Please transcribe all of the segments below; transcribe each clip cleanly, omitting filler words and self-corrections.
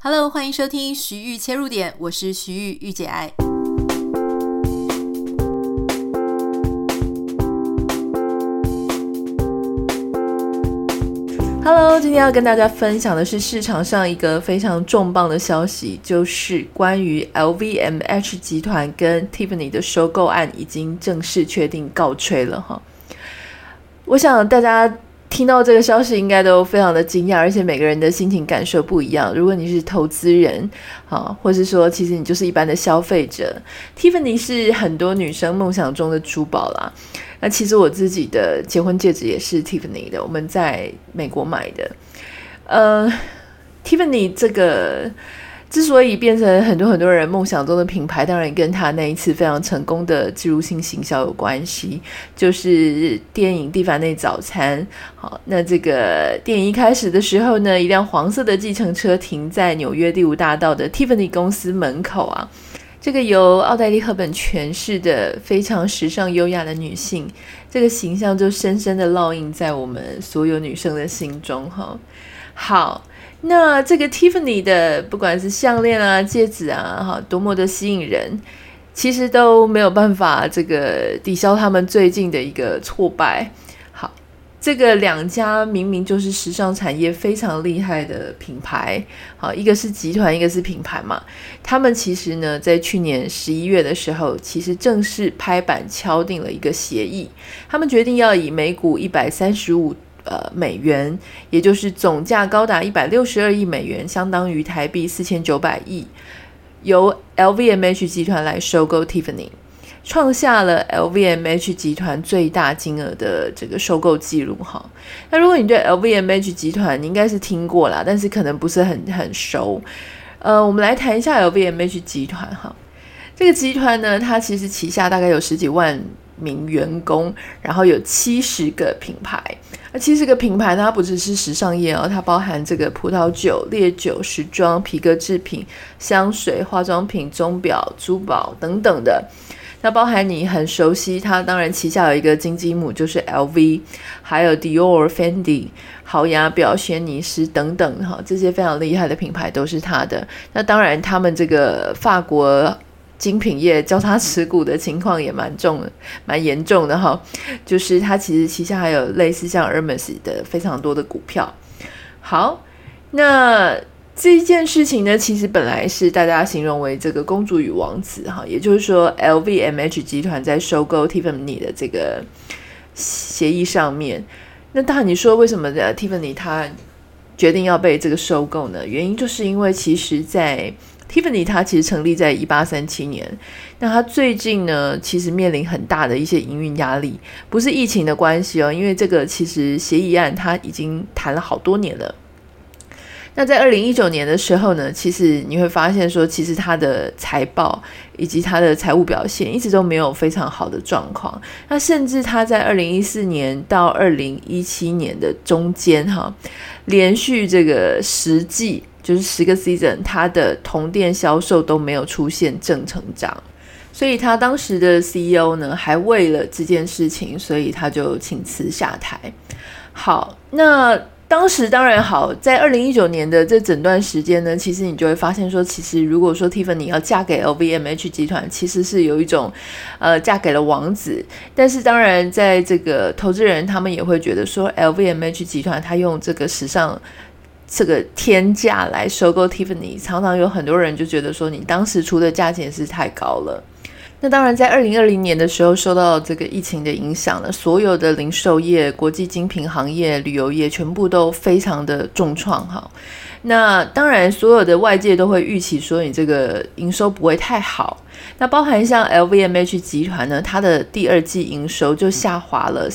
Hello， 欢迎收听徐玉切入点，我是徐玉玉姐爱。Hello， 今天要跟大家分享的是市场上一个非常重磅的消息，就是关于 LVMH 集团跟 Tiffany 的收购案已经正式确定告吹了哈。我想大家听到这个消息应该都非常的惊讶，而且每个人的心情感受不一样。如果你是投资人或是说其实你就是一般的消费者， Tiffany 是很多女生梦想中的珠宝啦。那其实我自己的结婚戒指也是 Tiffany 的，我们在美国买的。Tiffany 这个之所以变成很多人梦想中的品牌，当然跟他那一次非常成功的植入性行销有关系，就是电影《蒂凡内早餐》。好，那这个电影一开始的时候呢，一辆黄色的计程车停在纽约第5大道的 Tiffany 公司门口啊。这个由奥黛丽·赫本诠释的非常时尚优雅的女性，这个形象就深深的烙印在我们所有女生的心中哈。好，那这个 Tiffany 的不管是项链啊、戒指啊，多么的吸引人，其实都没有办法这个抵消他们最近的一个挫败。好，这个两家明明就是时尚产业非常厉害的品牌，好，一个是集团，一个是品牌嘛。他们其实呢，在去年11月的时候，其实正式拍板敲定了一个协议，他们决定要以每股135美元，也就是总价高达162亿美元，相当于台币4900亿，由 LVMH 集团来收购 Tiffany， 创下了 LVMH 集团最大金额的这个收购记录哈。那如果你对 LVMH 集团你应该是听过啦，但是可能不是很熟。我们来谈一下 LVMH 集团哈。这个集团呢，它其实旗下大概有10几万名员工，然后有70个品牌。那70个品牌呢，它不只是时尚业哦，它包含这个葡萄酒、烈酒、时装、皮革制品、香水、化妆品、钟表、珠宝等等的。那包含你很熟悉，它当然旗下有一个金鸡母，就是 LV， 还有 Dior、Fendi、豪雅表、轩尼诗等等哈，这些非常厉害的品牌都是它的。那当然，他们这个法国精品业交叉持股的情况也蛮严重的哈，就是它其实旗下还有类似像 Hermes 的非常多的股票。好，那这件事情呢，其实本来是大家形容为这个公主与王子哈，也就是说 LVMH 集团在收购 Tiffany 的这个协议上面。那当然你说为什么 Tiffany 它决定要被这个收购呢？原因就是因为其实在Tiffany 它其实成立在1837年，那它最近呢其实面临很大的一些营运压力，不是疫情的关系哦，因为这个其实协议案它已经谈了好多年了。那在2019年的时候呢，其实你会发现说，其实它的财报以及它的财务表现一直都没有非常好的状况。那甚至它在2014年到2017年的中间连续这个10季，就是10个 season， 它的同店销售都没有出现正成长。所以他当时的 CEO 呢，还为了这件事情，所以他就请辞下台。好，那当时当然好，在2019年的这整段时间呢，其实你就会发现说，其实如果说 Tiffany 要嫁给 LVMH 集团，其实是有一种嫁给了王子。但是当然在这个投资人他们也会觉得说 LVMH 集团他用这个时尚这个天价来收购 Tiffany， 常常有很多人就觉得说你当时出的价钱是太高了。那当然在2020年的时候受到这个疫情的影响了，所有的零售业、国际精品行业、旅游业全部都非常的重创哈。那当然所有的外界都会预期说你这个营收不会太好，那包含像 LVMH 集团呢，它的第2季营收就下滑了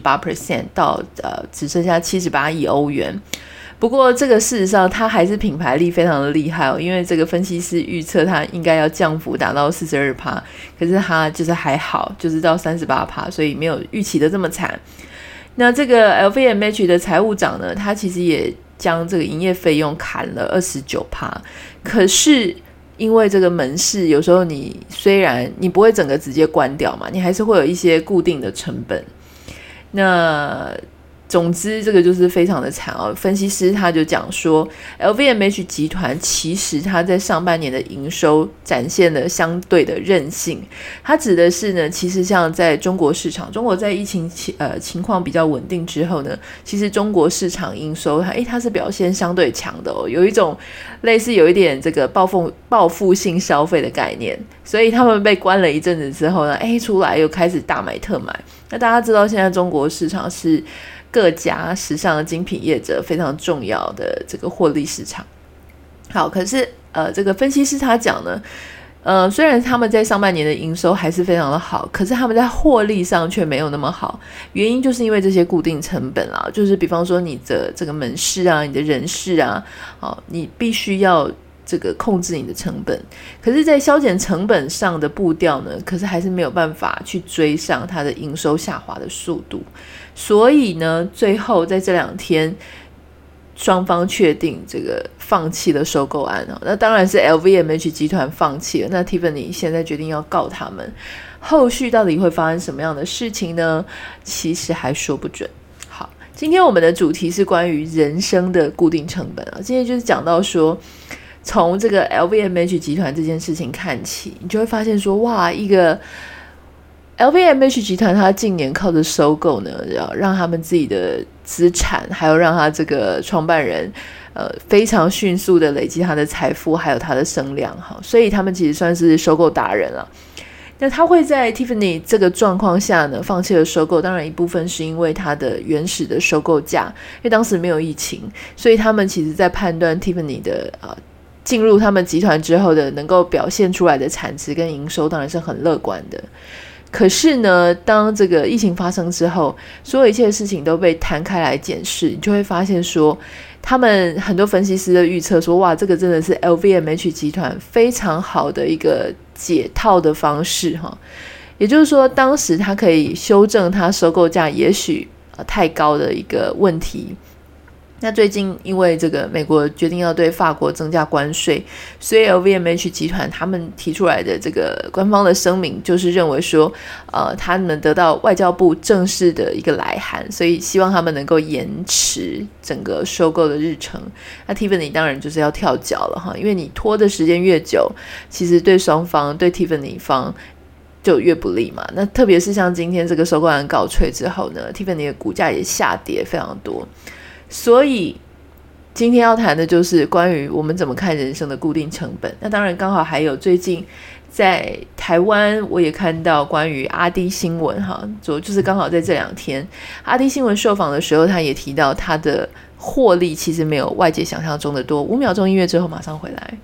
38% 到只剩下78亿欧元。不过这个事实上它还是品牌力非常的厉害哦，因为这个分析师预测它应该要降幅达到 42%， 可是它就是还好，就是到 38%， 所以没有预期的这么惨。那这个 LVMH 的财务长呢，他其实也将这个营业费用砍了 29%， 可是因为这个门市有时候你虽然你不会整个直接关掉嘛，你还是会有一些固定的成本。那总之这个就是非常的惨哦。分析师他就讲说 LVMH 集团其实他在上半年的营收展现了相对的韧性，它指的是呢，其实像在中国市场，中国在疫情情况比较稳定之后呢，其实中国市场营收它是表现相对强的哦，有一种类似有一点这个报复性消费的概念，所以他们被关了一阵子之后呢，出来又开始大买特买。那大家知道现在中国市场是各家时尚的精品业者非常重要的这个获利市场。好，可是这个分析师他讲呢，虽然他们在上半年的营收还是非常的好，可是他们在获利上却没有那么好，原因就是因为这些固定成本啦，就是比方说你的这个门市啊，你的人事啊，你必须要这个控制你的成本，可是在削减成本上的步调呢，可是还是没有办法去追上它的营收下滑的速度，所以呢，最后在这2天双方确定这个放弃了收购案那当然是 LVMH 集团放弃了，那 Tiffany 现在决定要告他们，后续到底会发生什么样的事情呢？其实还说不准。好，今天我们的主题是关于人生的固定成本今天就是讲到说，从这个 LVMH 集团这件事情看起，你就会发现说，哇，一个 LVMH 集团它近年靠着收购呢，让他们自己的资产，还有让他这个创办人非常迅速的累积他的财富，还有他的声量所以他们其实算是收购达人了。那他会在 Tiffany 这个状况下呢放弃了收购，当然一部分是因为他的原始的收购价，因为当时没有疫情，所以他们其实在判断 Tiffany 的进入他们集团之后的能够表现出来的产值跟营收当然是很乐观的。可是呢，当这个疫情发生之后，所有一切的事情都被摊开来检视，你就会发现说，他们很多分析师的预测说，哇，这个真的是 LVMH 集团非常好的一个解套的方式也就是说，当时他可以修正他收购价也许太高的一个问题。那最近因为这个美国决定要对法国增加关税，所以 LVMH 集团他们提出来的这个官方的声明就是认为说他们得到外交部正式的一个来函，所以希望他们能够延迟整个收购的日程。那 Tiffany 当然就是要跳脚了因为你拖的时间越久，其实对双方对 Tiffany 方就越不利嘛。那特别是像今天这个收购案告吹之后呢， Tiffany 的股价也下跌非常多。所以今天要谈的就是关于我们怎么看人生的固定成本。那当然刚好还有最近在台湾我也看到关于阿滴新闻就是刚好在这2天阿滴新闻受访的时候，他也提到他的获利其实没有外界想象中的多。5秒钟音乐之后马上回来。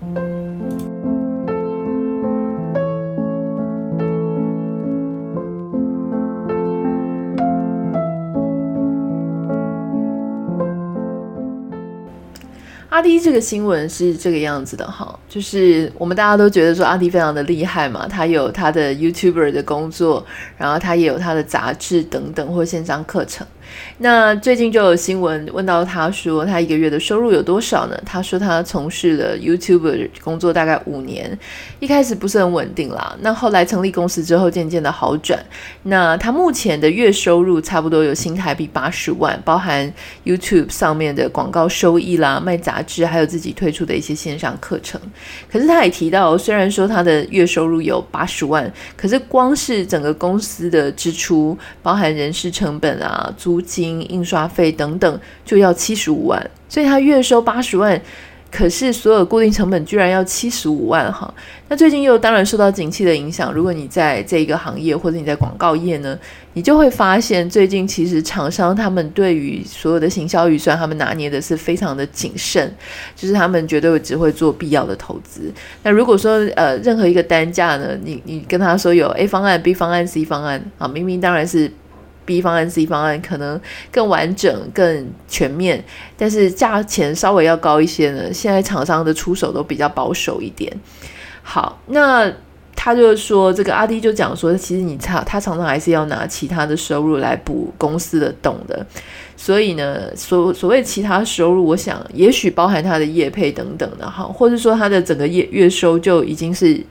阿滴这个新闻是这个样子的就是我们大家都觉得说阿滴非常的厉害嘛，他有他的 YouTuber 的工作，然后他也有他的杂志等等或线上课程。那最近就有新闻问到他说他1个月的收入有多少呢？他说他从事了 YouTuber 工作大概5年，一开始不是很稳定啦，那后来成立公司之后渐渐的好转。那他目前的月收入差不多有新台币80万，包含 YouTube 上面的广告收益啦，卖杂志，还有自己推出的一些线上课程。可是他也提到虽然说他的月收入有80万，可是光是整个公司的支出，包含人事成本啊、租金、印刷费等等，就要75万，所以他月收80万，可是所有固定成本居然要75万那最近又当然受到景气的影响，如果你在这个行业或者你在广告业呢，你就会发现最近其实厂商他们对于所有的行销预算，他们拿捏的是非常的谨慎，就是他们绝对只会做必要的投资。那如果说任何一个单价呢，你跟他说有 A 方案、B 方案、C 方案明明当然是B 方案 C 方案可能更完整更全面，但是价钱稍微要高一些呢，现在厂商的出手都比较保守一点。好，那他就说这个阿滴就讲说其实他常常还是要拿其他的收入来补公司的洞的，所以呢所谓其他收入，我想也许包含他的业配等等的或者说他的整个月收就已经是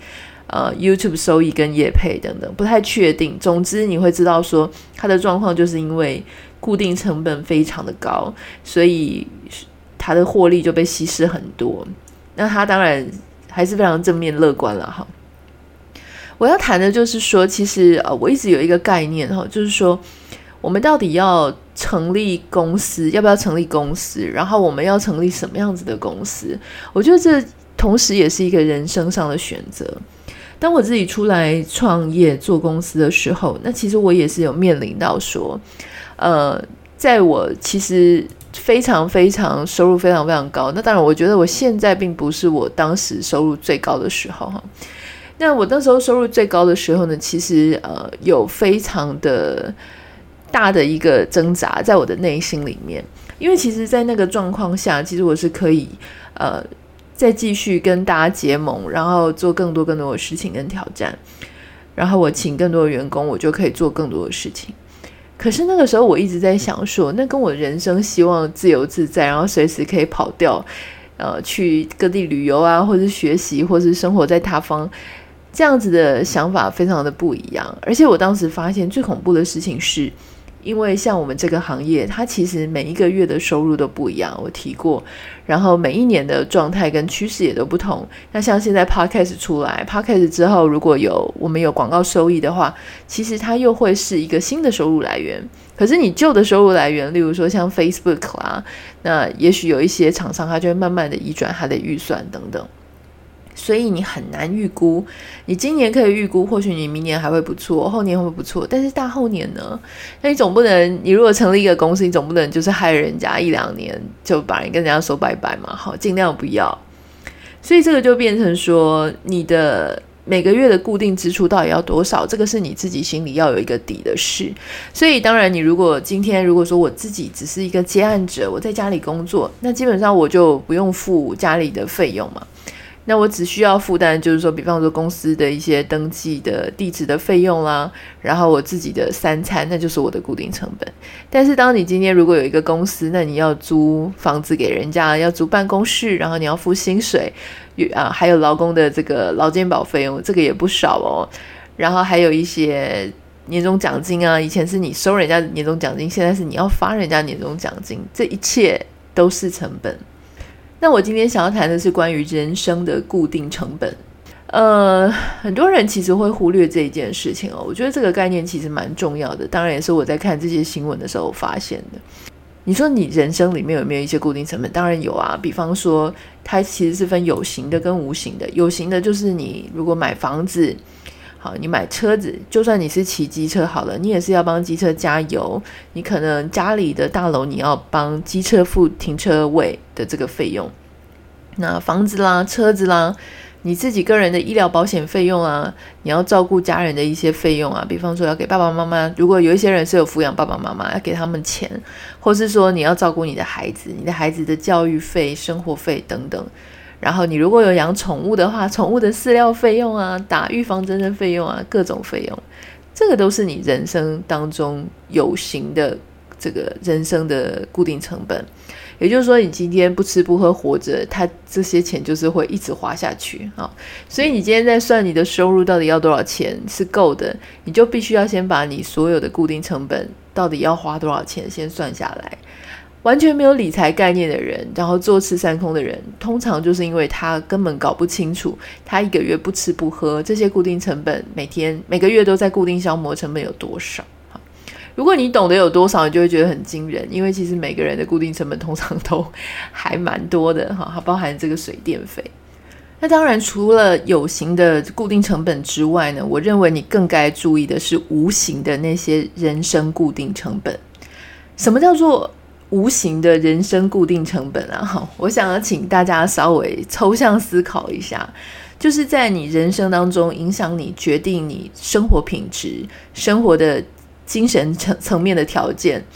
YouTube 收益跟业配等等，不太确定。总之你会知道说他的状况就是因为固定成本非常的高，所以他的获利就被稀释很多。那他当然还是非常正面乐观了哈。我要谈的就是说，其实我一直有一个概念哈，就是说我们到底要成立公司，要不要成立公司，然后我们要成立什么样子的公司，我觉得这同时也是一个人生上的选择。当我自己出来创业做公司的时候，那其实我也是有面临到说在我其实非常非常收入非常非常高，那当然我觉得我现在并不是我当时收入最高的时候哈。那我那时候收入最高的时候呢，其实有非常的大的一个挣扎在我的内心里面，因为其实在那个状况下，其实我是可以再继续跟大家结盟，然后做更多的事情跟挑战，然后我请更多的员工，我就可以做更多的事情。可是那个时候我一直在想说，那跟我人生希望自由自在，然后随时可以跑掉去各地旅游啊，或是学习，或是生活在他方，这样子的想法非常的不一样。而且我当时发现最恐怖的事情是，因为像我们这个行业，它其实每一个月的收入都不一样，我提过，然后每一年的状态跟趋势也都不同。那像现在 Podcast 出来 Podcast 之后，如果我们有广告收益的话，其实它又会是一个新的收入来源。可是你旧的收入来源，例如说像 Facebook 啦，那也许有一些厂商它就会慢慢的移转它的预算等等，所以你很难预估。你今年可以预估，或许你明年还会不错，后年会不错，但是大后年呢？那你总不能，你如果成立一个公司，你总不能就是害人家1-2年就把人跟人家说拜拜嘛，好，尽量不要。所以这个就变成说，你的每个月的固定支出到底要多少，这个是你自己心里要有一个底的事。所以当然你今天如果说我自己只是一个接案者，我在家里工作，那基本上我就不用付家里的费用嘛，那我只需要负担就是说比方说公司的一些登记的地址的费用啦，然后我自己的3餐，那就是我的固定成本。但是当你今天如果有一个公司，那你要租房子给人家，要租办公室，然后你要付薪水还有劳工的这个劳健保费用，这个也不少哦。然后还有一些年终奖金啊，以前是你收人家年终奖金，现在是你要发人家年终奖金，这一切都是成本。那我今天想要谈的是关于人生的固定成本。很多人其实会忽略这一件事情哦，我觉得这个概念其实蛮重要的，当然也是我在看这些新闻的时候发现的。你说你人生里面有没有一些固定成本？当然有啊，比方说它其实是分有形的跟无形的。有形的就是你如果买房子，好，你买车子，就算你是骑机车好了，你也是要帮机车加油，你可能家里的大楼你要帮机车付停车位的这个费用，那房子啦车子啦，你自己个人的医疗保险费用啊，你要照顾家人的一些费用啊，比方说要给爸爸妈妈，如果有一些人是有抚养爸爸妈妈，要给他们钱，或是说你要照顾你的孩子，你的孩子的教育费生活费等等。然后你如果有养宠物的话，宠物的饲料费用啊，打预防针的费用啊，各种费用，这个都是你人生当中有形的这个人生的固定成本。也就是说你今天不吃不喝活着，它这些钱就是会一直花下去啊。所以你今天在算你的收入到底要多少钱是够的，你就必须要先把你所有的固定成本到底要花多少钱先算下来。完全没有理财概念的人，然后坐吃山空的人，通常就是因为他根本搞不清楚，他一个月不吃不喝，这些固定成本每个月都在固定消磨成本有多少。如果你懂得有多少，你就会觉得很惊人，因为其实每个人的固定成本通常都还蛮多的，它包含这个水电费。那当然除了有形的固定成本之外呢，我认为你更该注意的是无形的那些人生固定成本。什么叫做无形的人生固定成本啊？我想要请大家稍微抽象思考一下，就是在你人生当中影响你决定你生活品质生活的精神层面的条件，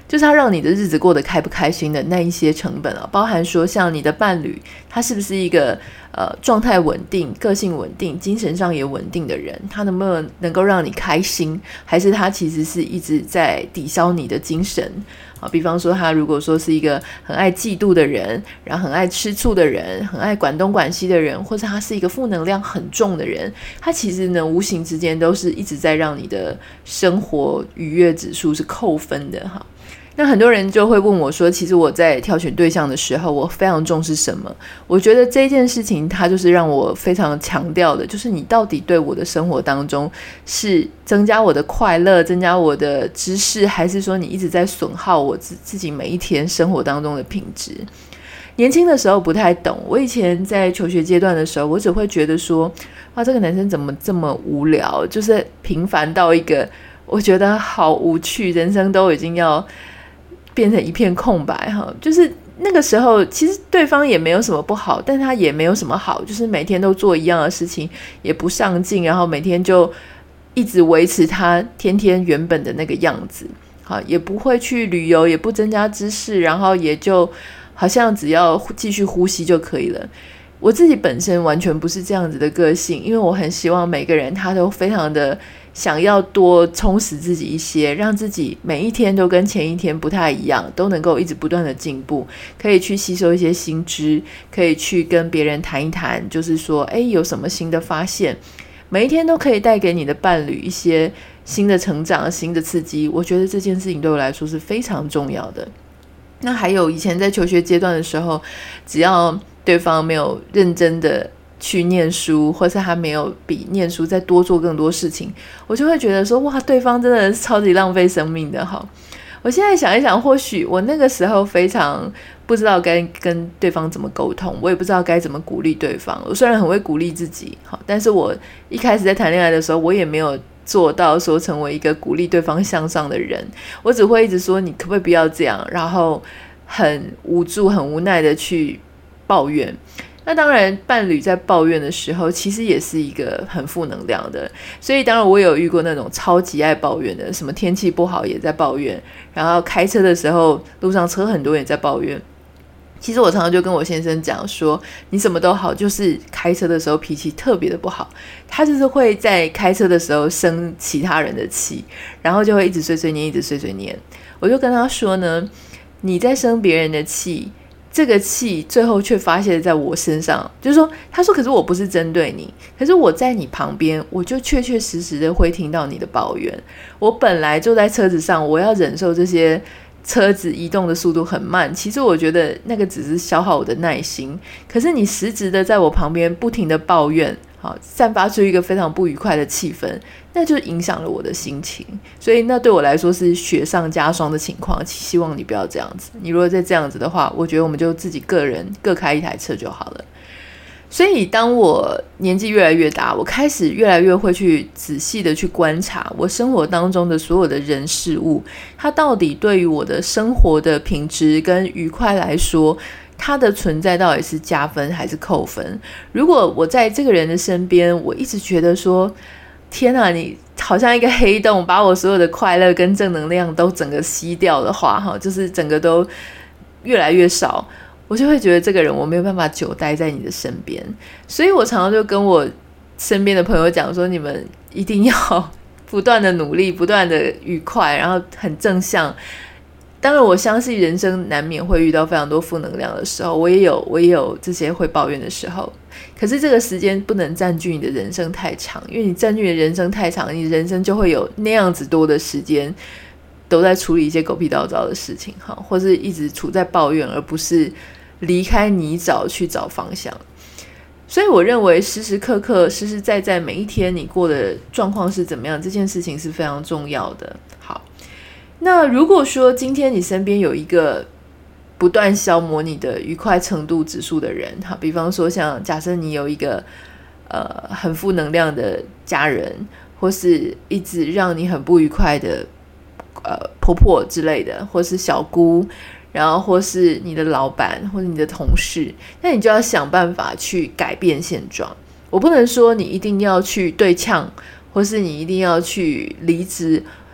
就是他让你的日子过得开不开心的那一些成本包含说像你的伴侣他是不是一个状态稳定、个性稳定、精神上也稳定的人，他能够让你开心，还是他其实是一直在抵消你的精神比方说他如果说是一个很爱嫉妒的人，然后很爱吃醋的人，很爱管东管西的人，或者他是一个负能量很重的人，他其实呢无形之间都是一直在让你的生活愉悦指数是扣分的那很多人就会问我说，其实我在挑选对象的时候我非常重视什么？我觉得这件事情它就是让我非常强调的，就是你到底对我的生活当中是增加我的快乐，增加我的知识，还是说你一直在损耗我自己每一天生活当中的品质？年轻的时候不太懂，我以前在求学阶段的时候，我只会觉得说，哇，这个男生怎么这么无聊，就是平凡到一个我觉得好无趣，人生都已经要变成一片空白就是那个时候其实对方也没有什么不好，但他也没有什么好，就是每天都做一样的事情，也不上进，然后每天就一直维持他天天原本的那个样子也不会去旅游，也不增加知识，然后也就好像只要继续呼吸就可以了。我自己本身完全不是这样子的个性，因为我很希望每个人他都非常的想要多充实自己一些，让自己每一天都跟前一天不太一样，都能够一直不断的进步，可以去吸收一些新知，可以去跟别人谈一谈，就是说有什么新的发现，每一天都可以带给你的伴侣一些新的成长、新的刺激。我觉得这件事情对我来说是非常重要的。那还有以前在求学阶段的时候，只要对方没有认真的去念书，或是他没有比念书再多做更多事情，我就会觉得说，哇，对方真的是超级浪费生命的我现在想一想，或许我那个时候非常不知道该跟对方怎么沟通，我也不知道该怎么鼓励对方。我虽然很会鼓励自己但是我一开始在谈恋爱的时候，我也没有做到说成为一个鼓励对方向上的人，我只会一直说你可不可以不要这样，然后很无助很无奈的去抱怨。那当然伴侣在抱怨的时候其实也是一个很负能量的，所以当然我有遇过那种超级爱抱怨的，什么天气不好也在抱怨，然后开车的时候路上车很多也在抱怨。其实我常常就跟我先生讲说，你什么都好，就是开车的时候脾气特别的不好。他就是会在开车的时候生其他人的气，然后就会一直碎碎念，一直碎碎念。我就跟他说呢，你在生别人的气，这个气最后却发泄在我身上，就是说，他说可是我不是针对你，可是我在你旁边，我就确确实实的会听到你的抱怨。我本来坐在车子上，我要忍受这些车子移动的速度很慢，其实我觉得那个只是消耗我的耐心，可是你实质的在我旁边不停的抱怨，散发出一个非常不愉快的气氛，那就影响了我的心情，所以那对我来说是雪上加霜的情况。希望你不要这样子，你如果再这样子的话，我觉得我们就自己个人各开一台车就好了。所以当我年纪越来越大，我开始越来越会去仔细的去观察我生活当中的所有的人事物，它到底对于我的生活的品质跟愉快来说，它的存在到底是加分还是扣分。如果我在这个人的身边，我一直觉得说，天啊，你好像一个黑洞，把我所有的快乐跟正能量都整个吸掉的话，就是整个都越来越少，我就会觉得这个人我没有办法久待在你的身边。所以我常常就跟我身边的朋友讲说，你们一定要不断的努力，不断的愉快，然后很正向。当然我相信人生难免会遇到非常多负能量的时候，我也有这些会抱怨的时候，可是这个时间不能占据你的人生太长，因为你占据你的人生太长，你人生就会有那样子多的时间都在处理一些狗屁倒灶的事情，或是一直处在抱怨，而不是离开泥沼去找方向。所以我认为时时刻刻实实在在每一天你过的状况是怎么样，这件事情是非常重要的。好，那如果说今天你身边有一个不断消磨你的愉快程度指数的人，比方说像假设你有一个很负能量的家人，或是一直让你很不愉快的婆婆之类的，或是小姑，然后或是你的老板或者你的同事，那你就要想办法去改变现状。我不能说你一定要去对呛，或是你一定要去离职，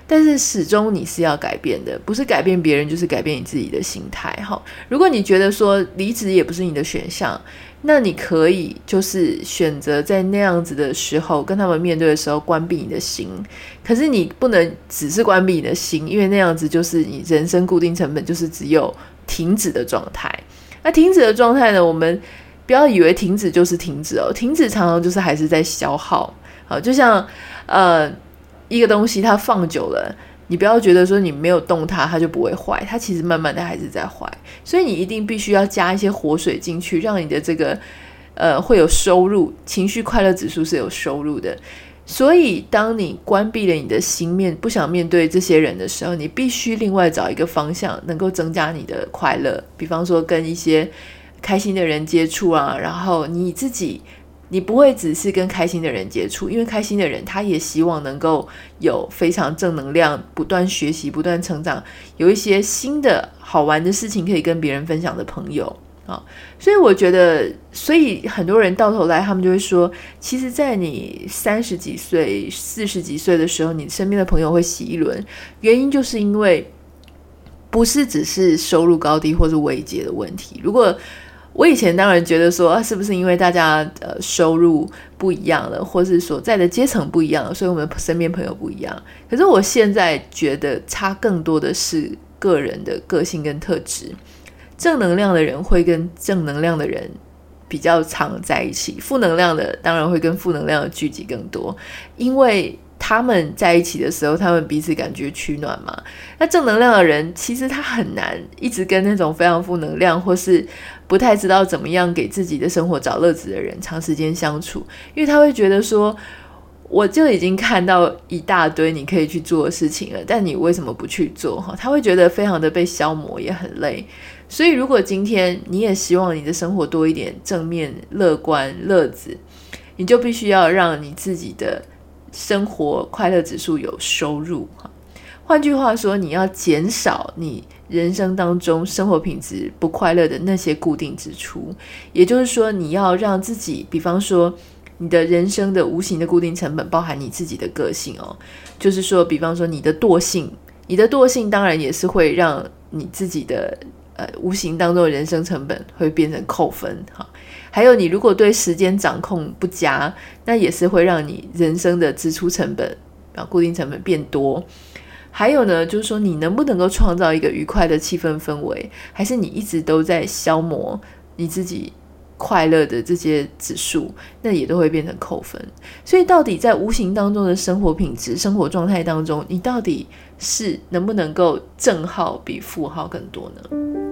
但是始终你是要改变的，不是改变别人就是改变你自己的心态。如果你觉得说离职也不是你的选项，那你可以就是选择在那样子的时候跟他们面对的时候关闭你的心，可是你不能只是关闭你的心，因为那样子就是你人生固定成本就是只有停止的状态。那停止的状态呢，我们不要以为停止就是停止停止常常就是还是在消耗。就像一个东西它放久了，你不要觉得说你没有动它它就不会坏，它其实慢慢的还是在坏，所以你一定必须要加一些活水进去，让你的这个会有收入，情绪快乐指数是有收入的。所以当你关闭了你的心不想面对这些人的时候，你必须另外找一个方向能够增加你的快乐，比方说跟一些开心的人接触啊，然后你不会只是跟开心的人接触，因为开心的人他也希望能够有非常正能量，不断学习不断成长，有一些新的好玩的事情可以跟别人分享的朋友所以我觉得，所以很多人到头来他们就会说，其实在你30几岁40几岁的时候，你身边的朋友会洗一轮，原因就是因为不是只是收入高低或是位阶的问题。如果我以前当然觉得说是不是因为大家收入不一样了，或是所在的阶层不一样了，所以我们身边朋友不一样。可是我现在觉得差更多的是个人的个性跟特质。正能量的人会跟正能量的人比较常在一起，负能量的当然会跟负能量的聚集更多，因为他们在一起的时候他们彼此感觉取暖嘛。那正能量的人其实他很难一直跟那种非常负能量或是不太知道怎么样给自己的生活找乐子的人长时间相处，因为他会觉得说我就已经看到一大堆你可以去做的事情了，但你为什么不去做？他会觉得非常的被消磨，也很累。所以如果今天你也希望你的生活多一点正面乐观乐子，你就必须要让你自己的生活快乐指数有收入。换句话说，你要减少你人生当中生活品质不快乐的那些固定支出，也就是说你要让自己，比方说你的人生的无形的固定成本包含你自己的个性就是说比方说你的惰性当然也是会让你自己的无形当中的人生成本会变成扣分还有你如果对时间掌控不佳，那也是会让你人生的支出成本固定成本变多。还有呢，就是说你能不能够创造一个愉快的气氛氛围，还是你一直都在消磨你自己快乐的这些指数，那也都会变成扣分。所以到底在无形当中的生活品质生活状态当中，你到底是能不能够正号比负号更多呢？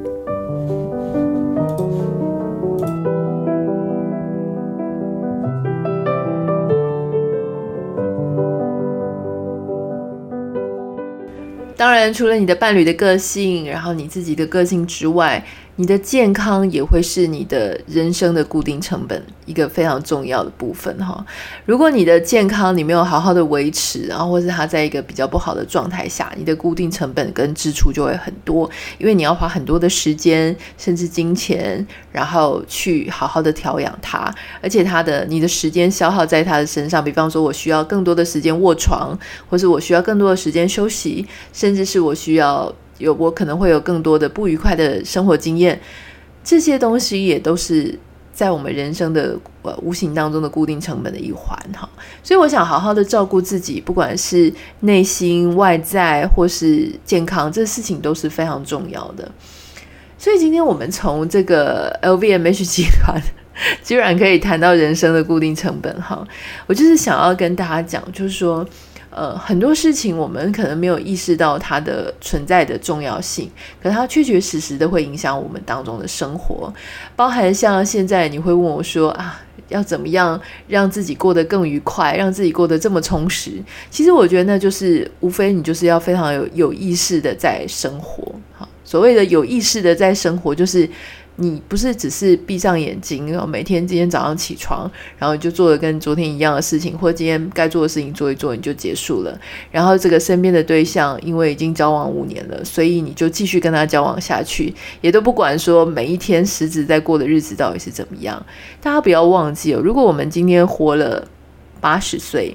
当然除了你的伴侣的个性，然后你自己的个性之外，你的健康也会是你的人生的固定成本一个非常重要的部分如果你的健康你没有好好的维持，然后或是它在一个比较不好的状态下，你的固定成本跟支出就会很多，因为你要花很多的时间甚至金钱，然后去好好的调养它，而且你的时间消耗在它的身上，比方说我需要更多的时间卧床，或是我需要更多的时间休息，甚至是我可能会有更多的不愉快的生活经验，这些东西也都是在我们人生的无形当中的固定成本的一环所以我想好好的照顾自己，不管是内心外在或是健康，这事情都是非常重要的。所以今天我们从这个 LVMH 集团居然可以谈到人生的固定成本我就是想要跟大家讲，就是说很多事情我们可能没有意识到它的存在的重要性，可是它确确实实的会影响我们当中的生活，包含像现在你会问我说要怎么样让自己过得更愉快，让自己过得这么充实，其实我觉得那就是无非你就是要非常有意识的在生活所谓的有意识的在生活，就是你不是只是闭上眼睛，然后每天今天早上起床，然后就做了跟昨天一样的事情，或者今天该做的事情做一做你就结束了，然后这个身边的对象因为已经交往5年了，所以你就继续跟他交往下去，也都不管说每一天实质在过的日子到底是怎么样。大家不要忘记如果我们今天活了80岁，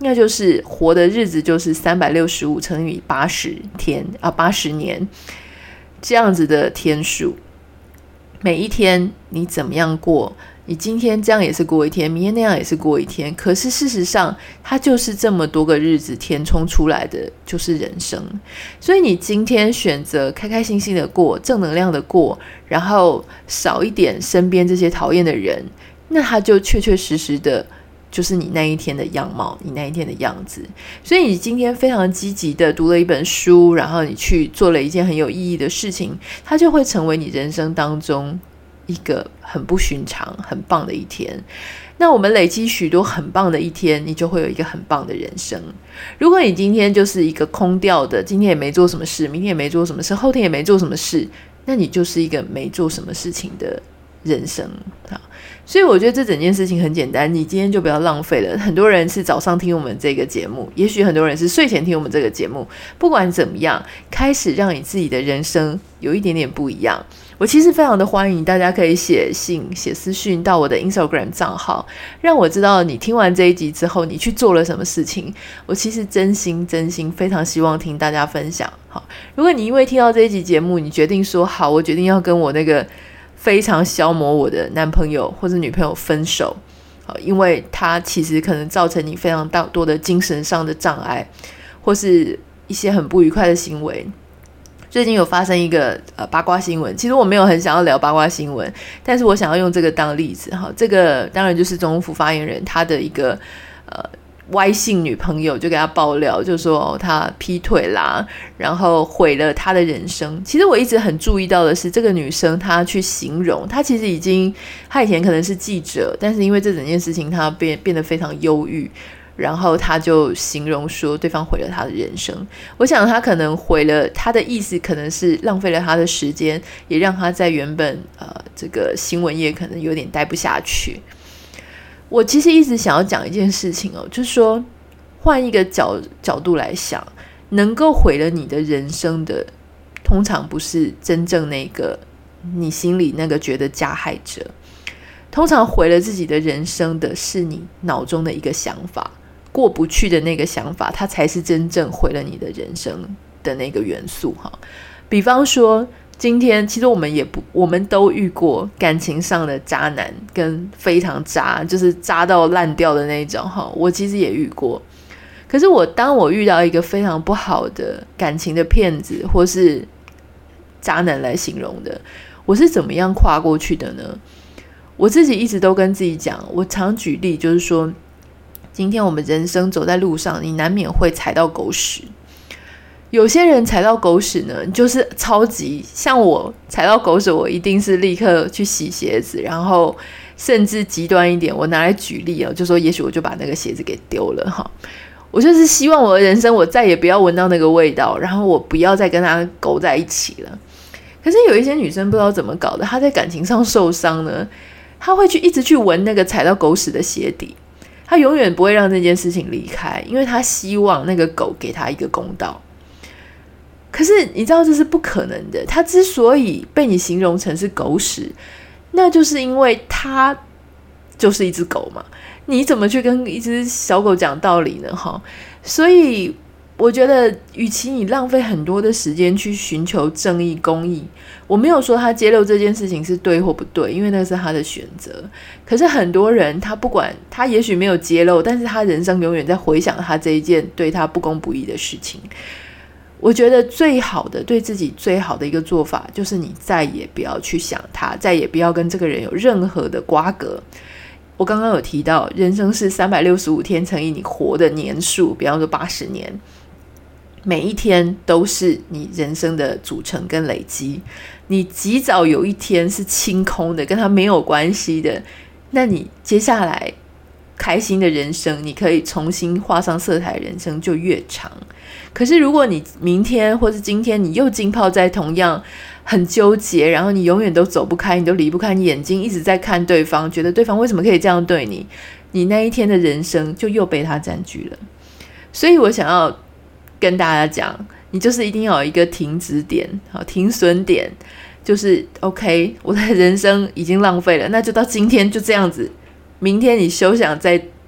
那就是活的日子就是365乘以80天80年这样子的天数。每一天你怎么样过，你今天这样也是过一天，明天那样也是过一天，可是事实上它就是这么多个日子填充出来的就是人生。所以你今天选择开开心心的过，正能量的过，然后少一点身边这些讨厌的人，那它就确确实实的就是你那一天的样貌，你那一天的样子。所以你今天非常积极的读了一本书，然后你去做了一件很有意义的事情，它就会成为你人生当中一个很不寻常很棒的一天。那我们累积许多很棒的一天，你就会有一个很棒的人生。如果你今天就是一个空掉的，今天也没做什么事，明天也没做什么事，后天也没做什么事，那你就是一个没做什么事情的人生。所以我觉得这整件事情很简单，你今天就不要浪费了。很多人是早上听我们这个节目，也许很多人是睡前听我们这个节目，不管怎么样，开始让你自己的人生有一点点不一样。我其实非常的欢迎大家可以写信写私讯到我的 Instagram 账号，让我知道你听完这一集之后你去做了什么事情。我其实真心非常希望听大家分享。好，如果你因为听到这一集节目，你决定说好，我决定要跟我那个非常消磨我的男朋友或者女朋友分手，因为他其实可能造成你非常多的精神上的障碍，或是一些很不愉快的行为。最近有发生一个八卦新闻，其实我没有很想要聊八卦新闻，但是我想要用这个当例子。这个当然就是总统府发言人他的一个歪性女朋友就给他爆料，就说他劈腿啦，然后毁了他的人生。其实我一直很注意到的是，这个女生她去形容，她其实她以前可能是记者，但是因为这整件事情她变得非常忧郁，然后她就形容说对方毁了她的人生。我想她可能毁了，她的意思可能是浪费了她的时间，也让她在原本这个新闻业可能有点待不下去。我其实一直想要讲一件事情就是说换一个角度来想，能够毁了你的人生的通常不是真正那个你心里那个觉得加害者，通常毁了自己的人生的是你脑中的一个想法，过不去的那个想法，它才是真正毁了你的人生的那个元素。比方说今天其实我们都遇过感情上的渣男跟非常渣，就是渣到烂掉的那种。我其实也遇过。可是当我遇到一个非常不好的感情的骗子或是渣男来形容的，我是怎么样跨过去的呢？我自己一直都跟自己讲，我常举例，就是说今天我们人生走在路上，你难免会踩到狗屎。有些人踩到狗屎呢，就是超级像我踩到狗屎，我一定是立刻去洗鞋子，然后甚至极端一点，我拿来举例就说也许我就把那个鞋子给丢了。我就是希望我的人生我再也不要闻到那个味道，然后我不要再跟他勾在一起了。可是有一些女生不知道怎么搞的，她在感情上受伤呢，她会一直去闻那个踩到狗屎的鞋底，她永远不会让这件事情离开，因为她希望那个狗给她一个公道。可是你知道这是不可能的，它之所以被你形容成是狗屎，那就是因为它就是一只狗嘛，你怎么去跟一只小狗讲道理呢？所以我觉得与其你浪费很多的时间去寻求正义公义，我没有说他揭露这件事情是对或不对，因为那是他的选择。可是很多人他不管，他也许没有揭露，但是他人生永远在回想他这一件对他不公不义的事情。我觉得最好的对自己最好的一个做法，就是你再也不要去想他，再也不要跟这个人有任何的瓜葛。我刚刚有提到人生是365天乘以你活的年数，比方说80年，每一天都是你人生的组成跟累积。你极早有一天是清空的，跟他没有关系的，那你接下来开心的人生，你可以重新画上色彩，人生就越长。可是如果你明天或是今天你又浸泡在同样很纠结，然后你永远都走不开，你都离不开，你眼睛一直在看对方，觉得对方为什么可以这样对你，你那一天的人生就又被他占据了。所以我想要跟大家讲，你就是一定要有一个停止点，停损点，就是 OK， 我的人生已经浪费了，那就到今天就这样子，明天你休想再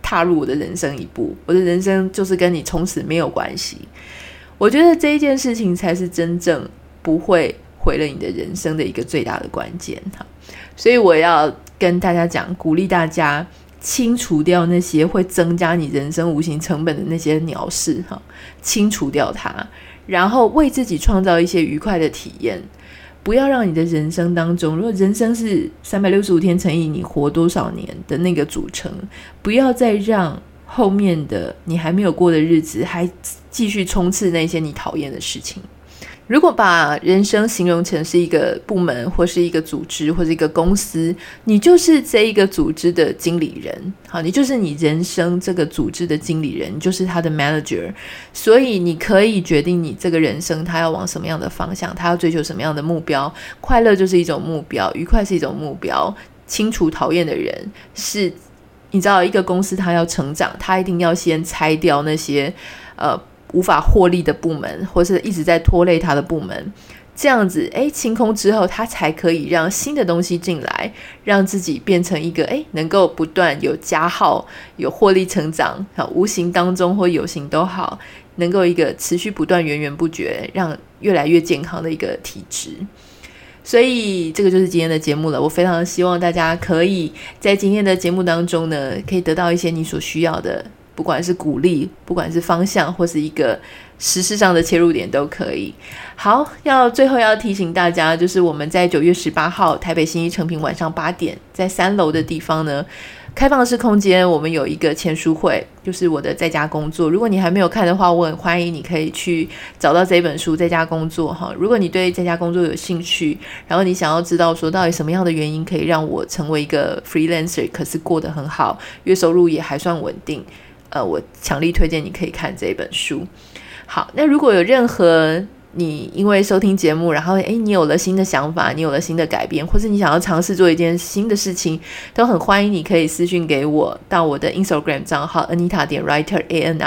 踏入我的人生一步，我的人生就是跟你从此没有关系。我觉得这一件事情才是真正不会毁了你的人生的一个最大的关键。所以我要跟大家讲，鼓励大家清除掉那些会增加你人生无形成本的那些鸟事，清除掉它，然后为自己创造一些愉快的体验。不要让你的人生当中，如果人生是365天乘以你活多少年的那个组成，不要再让后面的你还没有过的日子还继续冲刺那些你讨厌的事情。如果把人生形容成是一个部门或是一个组织或是一个公司，你就是这一个组织的经理人，好，你就是你人生这个组织的经理人，你就是他的 manager。 所以你可以决定你这个人生他要往什么样的方向，他要追求什么样的目标。快乐就是一种目标，愉快是一种目标，清除讨厌的人是，你知道一个公司他要成长，他一定要先拆掉那些无法获利的部门，或是一直在拖累他的部门，这样子清空之后，他才可以让新的东西进来，让自己变成一个能够不断有加号有获利成长，无形当中或有形都好，能够一个持续不断源源不绝，让越来越健康的一个体质。所以这个就是今天的节目了，我非常希望大家可以在今天的节目当中呢，可以得到一些你所需要的，不管是鼓励，不管是方向，或是一个实事上的切入点都可以。好，最后要提醒大家，就是我们在9月18号台北信义诚品晚上8点，在3楼的地方呢，开放式空间，我们有一个签书会，就是我的在家工作。如果你还没有看的话，我很欢迎你可以去找到这本书《在家工作》哈。如果你对在家工作有兴趣，然后你想要知道说到底什么样的原因可以让我成为一个 freelancer， 可是过得很好，月收入也还算稳定，我强力推荐你可以看这本书。好，那如果有任何你因为收听节目，然后你有了新的想法，你有了新的改变，或是你想要尝试做一件新的事情，都很欢迎你可以私讯给我到我的 Instagram 账号 Anita.Writer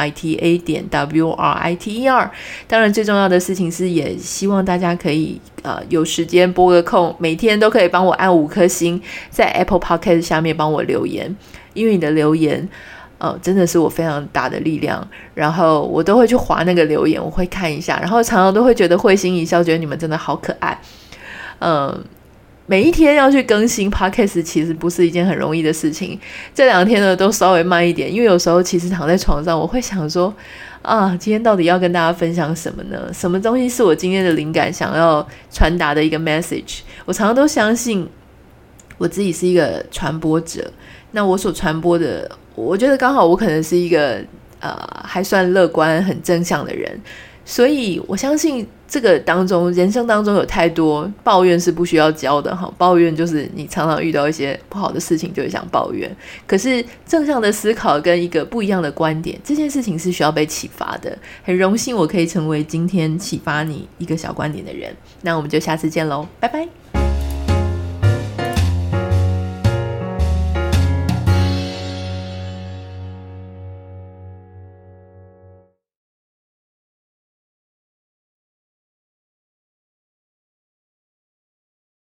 ANITA.WRITER。 当然最重要的事情是，也希望大家可以有时间拨个空，每天都可以帮我按5颗星，在 Apple Podcast 下面帮我留言，因为你的留言真的是我非常大的力量，然后我都会去滑那个留言，我会看一下，然后常常都会觉得会心一笑，觉得你们真的好可爱。每一天要去更新 podcast 其实不是一件很容易的事情，这2天呢都稍微慢一点，因为有时候其实躺在床上，我会想说今天到底要跟大家分享什么呢？什么东西是我今天的灵感想要传达的一个 message？ 我常常都相信我自己是一个传播者，那我所传播的，我觉得刚好我可能是一个还算乐观很正向的人，所以我相信这个当中，人生当中有太多抱怨是不需要教的哈。抱怨就是你常常遇到一些不好的事情就会想抱怨，可是正向的思考跟一个不一样的观点，这件事情是需要被启发的。很荣幸我可以成为今天启发你一个小观点的人，那我们就下次见咯，拜拜。